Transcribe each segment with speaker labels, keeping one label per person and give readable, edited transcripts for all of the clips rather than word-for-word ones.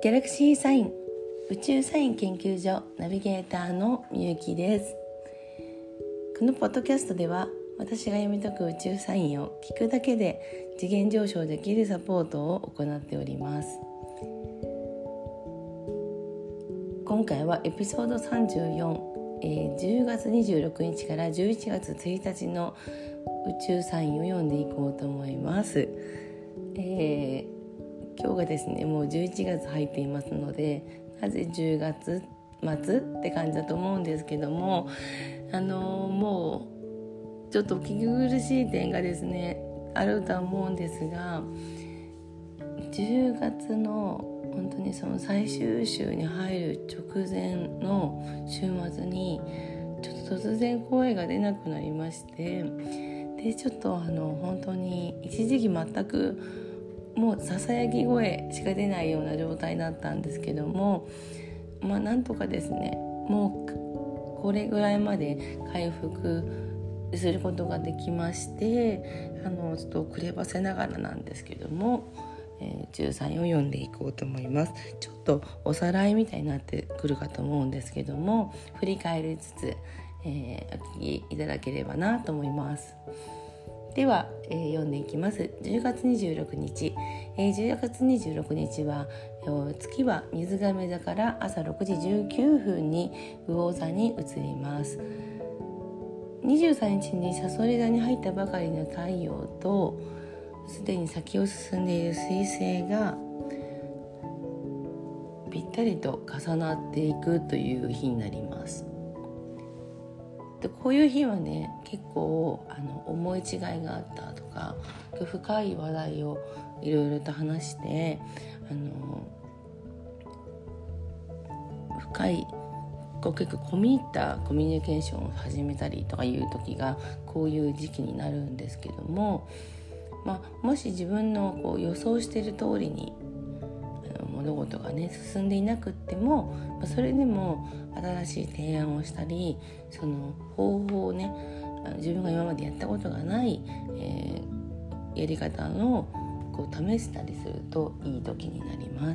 Speaker 1: ギャラクシーサイン宇宙サイン研究所ナビゲーターのみゆきです。このポッドキャストでは私が読み解く宇宙サインを聞くだけで次元上昇できるサポートを行っております。今回はエピソード34、10月26日から11月1日の宇宙サインを読んでいこうと思います。今日がですねもう11月入っていますので、なぜ10月末って感じだと思うんですけども、もうちょっと聞き苦しい点がですねあるとは思うんですが、10月の本当にその最終週に入る直前の週末にちょっと突然声が出なくなりまして、でちょっと本当に一時期全くもうささやき声しか出ないような状態だったんですけども、なんとかですねもうこれぐらいまで回復することができまして、ちょっと遅ればせながらなんですけども、13を読んでいこうと思います。ちょっとおさらいみたいになってくるかと思うんですけども、振り返りつつ、お聞きいただければなと思います。では、読んでいきます。10月26日、10月26日は月は水亀座から朝6時19分に魚座に移ります。23日に蠍座に入ったばかりの太陽とすでに先を進んでいる水星がぴったりと重なっていくという日になります。でこういう日はね結構思い違いがあったとか深い話題をいろいろと話して深い結構込み入ったコミュニケーションを始めたりとかいう時がこういう時期になるんですけども、もし自分の予想している通りに物事がね進んでいなくっても、それでも新しい提案をしたり、その方法をね自分が今までやったことがない、やり方の試したりするといい時になります。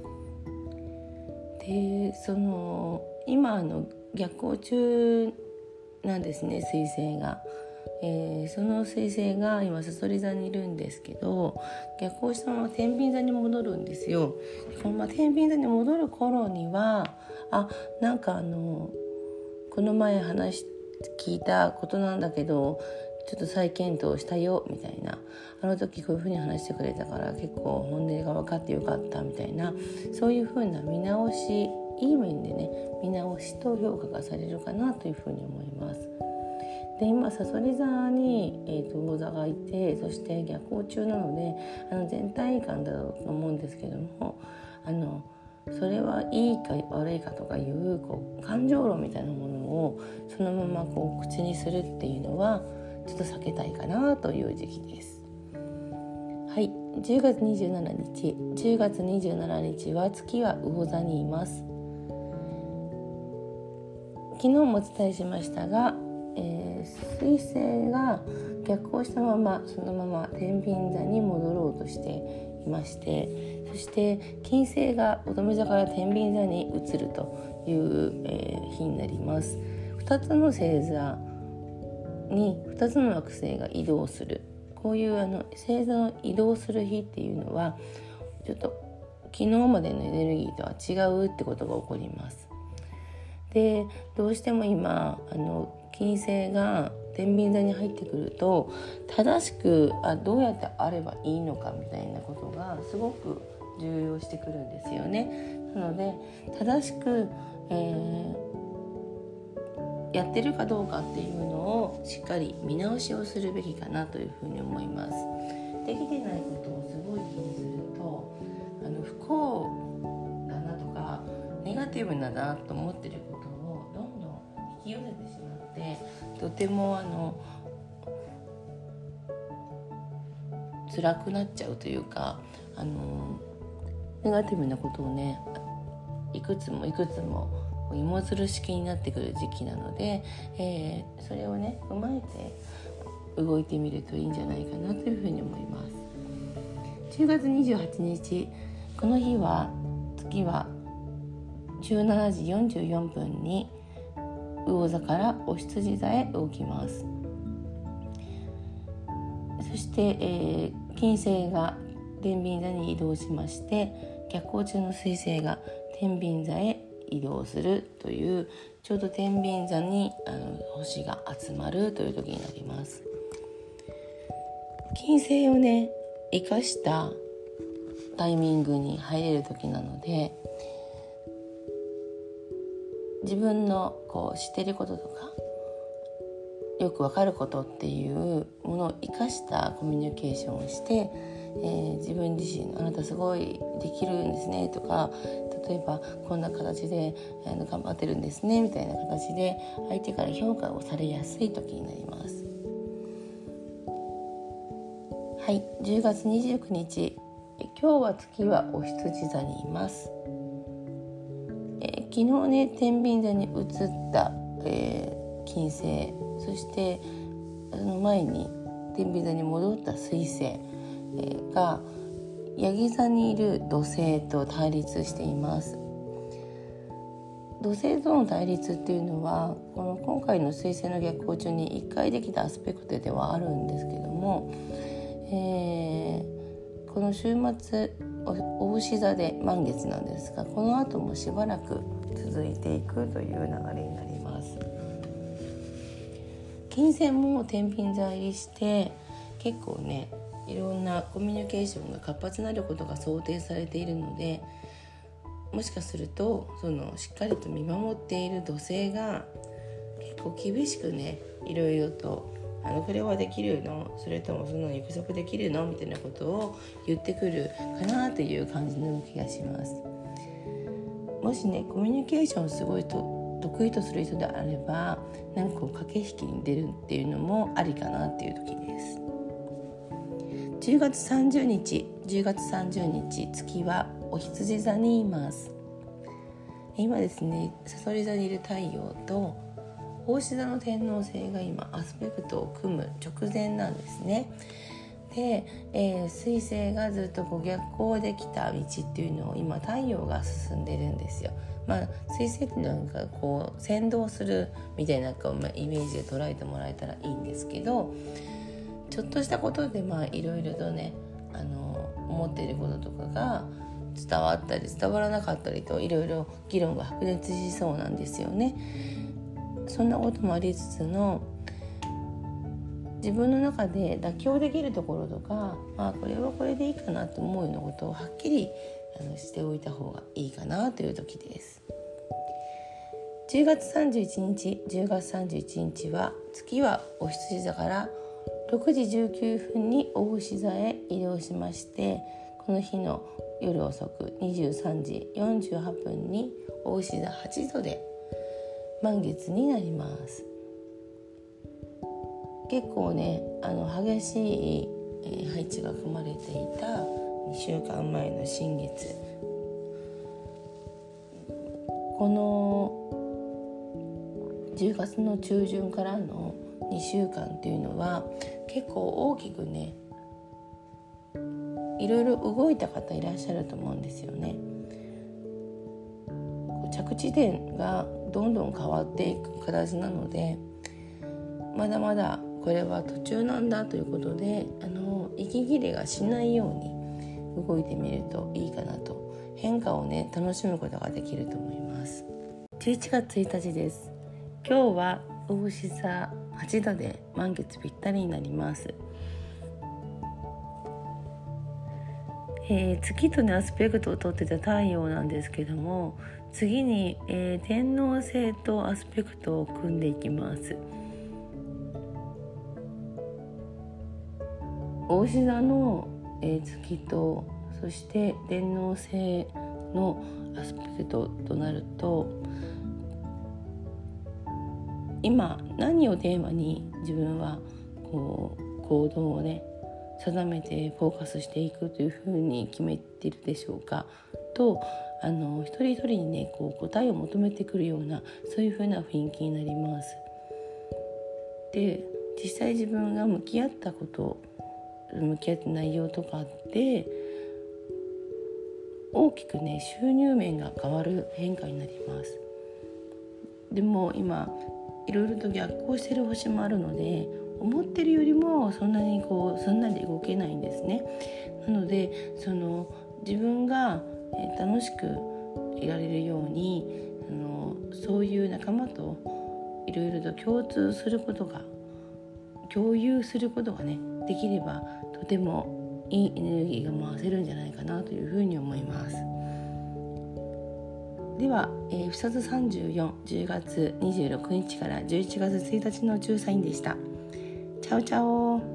Speaker 1: で今逆行中なんですね、水星が。その水星が今蠍座にいるんですけど、逆行したまま天秤座に戻るんですよ。この天秤座に戻る頃にはなんかこの前聞いたことなんだけどちょっと再検討したよみたいな、あの時こういうふうに話してくれたから結構本音が分かってよかったみたいな、そういうふうな見直し、いい面でね見直しと評価がされるかなというふうに思います。で今さそり座に、魚座がいて、そして逆行中なので全体感だろうと思うんですけども、それはいいか悪いかとかいう感情論みたいなものをそのまま口にするっていうのはちょっと避けたいかなという時期です。はい、10月27日は月は魚座にいます。昨日もお伝えしましたが、水星が逆行したままそのまま天秤座に戻ろうとしていまして、そして金星が乙女座から天秤座に移るという、日になります。2つの星座に2つの惑星が移動する、こういう星座の移動する日っていうのはちょっと昨日までのエネルギーとは違うってことが起こります。でどうしても今金星が天秤座に入ってくると正しくどうやってあればいいのかみたいなことがすごく重要してくるんですよね。なので正しく、やってるかどうかっていうのをしっかり見直しをするべきかなというふうに思います。できてないことをすごい気にすると不幸だなとかネガティブだなと思ってることをどんどん引き寄せてしまって、とても辛くなっちゃうというかネガティブなことをねいくつも芋づる式になってくる時期なので、それをね踏まえて動いてみるといいんじゃないかなというふうに思います。10月28日この日は月は17時44分に魚座からお羊座へ動きます。そして、金星が天秤座に移動しまして、逆行中の水星が天秤座へ移動するという、ちょうど天秤座に星が集まるという時になります。金星をね生かしたタイミングに入れる時なので、自分の知っていることとかよくわかることっていうものを生かしたコミュニケーションをして、自分自身あなたすごいできるんですねとか、例えばこんな形で頑張ってるんですねみたいな形で相手から評価をされやすい時になります。はい、10月29日、今日は月はお羊座にいます。昨日ね天秤座に移った、金星、そしてその前に天秤座に戻った水星、がヤギ座にいる土星と対立しています。土星との対立っていうのはこの今回の水星の逆行中に1回できたアスペクトではあるんですけども、この週末お牛座で満月なんですが、この後もしばらく続いていくという流れになります。金星も天秤座入りして結構ねいろんなコミュニケーションが活発になることが想定されているので、もしかするとしっかりと見守っている土星が結構厳しくねいろいろとこれはできるの、それともその約束できるのみたいなことを言ってくるかなという感じの気がします。もしねコミュニケーションすごい得意とする人であればなんか駆け引きに出るっていうのもありかなっていう時です。10月30日月はお羊座にいます。今ですね蠍座にいる太陽と牡牛座の天王星が今アスペクトを組む直前なんですね。で、水星がずっと逆行できた道っていうのを今太陽が進んでるんですよ。水星ってなんか先導するみたいなイメージで捉えてもらえたらいいんですけど、ちょっとしたことでいろいろとね思っていることとかが伝わったり伝わらなかったりといろいろ議論が白熱しそうなんですよね。そんなこともありつつの自分の中で妥協できるところとか、これはこれでいいかなと思うようなことをはっきりしておいた方がいいかなという時です。10月31日は月はお羊座から6時19分にお牛座へ移動しまして、この日の夜遅く23時48分にお牛座8度で満月になります。結構ね激しい配置が組まれていた2週間前の新月、この10月の中旬からの2週間っていうのは結構大きくねいろいろ動いた方いらっしゃると思うんですよね。着地点がどんどん変わっていく形なので、まだまだこれは途中なんだということで息切れがしないように動いてみるといいかなと、変化をね楽しむことができると思います。11月1日です。今日はお牛座8度で満月ぴったりになります。月とねアスペクトを取ってた太陽なんですけども、次に、天王星とアスペクトを組んでいきます。牡牛座の、月とそして天王星のアスペクトとなると、今何をテーマに自分は行動をね定めてフォーカスしていくというふうに決めているでしょうかと、一人一人にね答えを求めてくるようなそういうふうな雰囲気になります。で、実際自分が向き合ったこと向き合った内容とかって大きくね収入面が変わる変化になります。でも今いろいろと逆行してる星もあるので、思ってるよりもそんなにすんなり動けないんですね。なので自分が楽しくいられるようにそういう仲間といろいろと共有することがねできれば、とてもいいエネルギーが回せるんじゃないかなというふうに思います。では、ふさつ34、10月26日から11月1日の宇宙サインでした。チャオチャオ。